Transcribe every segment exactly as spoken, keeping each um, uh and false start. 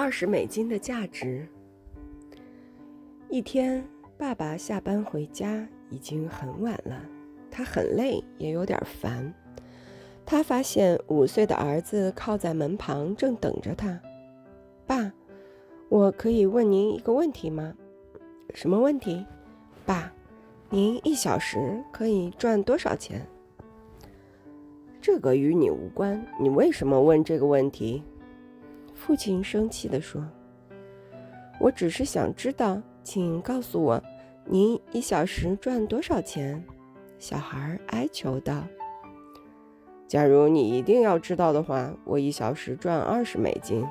二十美金的价值。一天，爸爸下班回家已经很晚了，他很累，也有点烦。他发现五岁的儿子靠在门旁，正等着他。爸，我可以问您一个问题吗？什么问题？爸，您一小时可以赚多少钱？这个与你无关，你为什么问这个问题？父亲生气地说：我只是想知道，请告诉我，您一小时赚多少钱？小孩哀求道。假如你一定要知道的话，我一小时赚二十美金。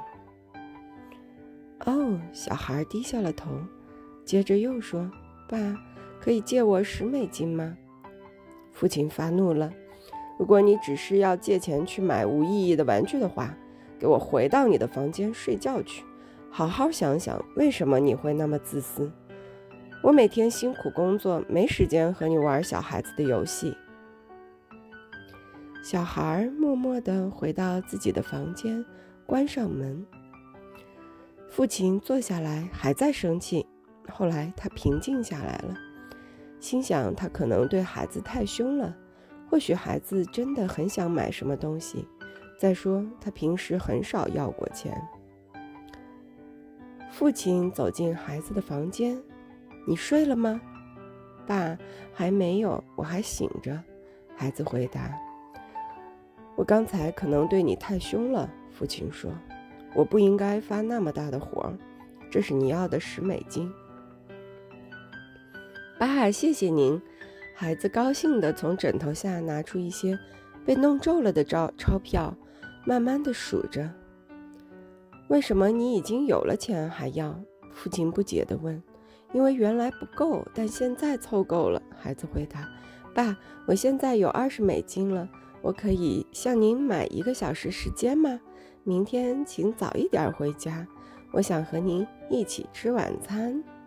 哦，小孩低下了头，接着又说：爸，可以借我十美金吗？父亲发怒了：如果你只是要借钱去买无意义的玩具的话，给我回到你的房间睡觉去，好好想想为什么你会那么自私。我每天辛苦工作，没时间和你玩小孩子的游戏。小孩默默地回到自己的房间，关上门。父亲坐下来，还在生气。后来他平静下来了，心想他可能对孩子太凶了，或许孩子真的很想买什么东西。再说，他平时很少要过钱。父亲走进孩子的房间：你睡了吗？爸，还没有，我还醒着。孩子回答。我刚才可能对你太凶了，父亲说，我不应该发那么大的火。这是你要的十美金。爸，谢谢您。孩子高兴地从枕头下拿出一些被弄皱了的钞钞票，慢慢地数着。为什么你已经有了钱还要？父亲不解地问。因为原来不够，但现在凑够了，孩子回答。爸，我现在有二十美金了，我可以向您买一个小时时间吗？明天请早一点回家，我想和您一起吃晚餐。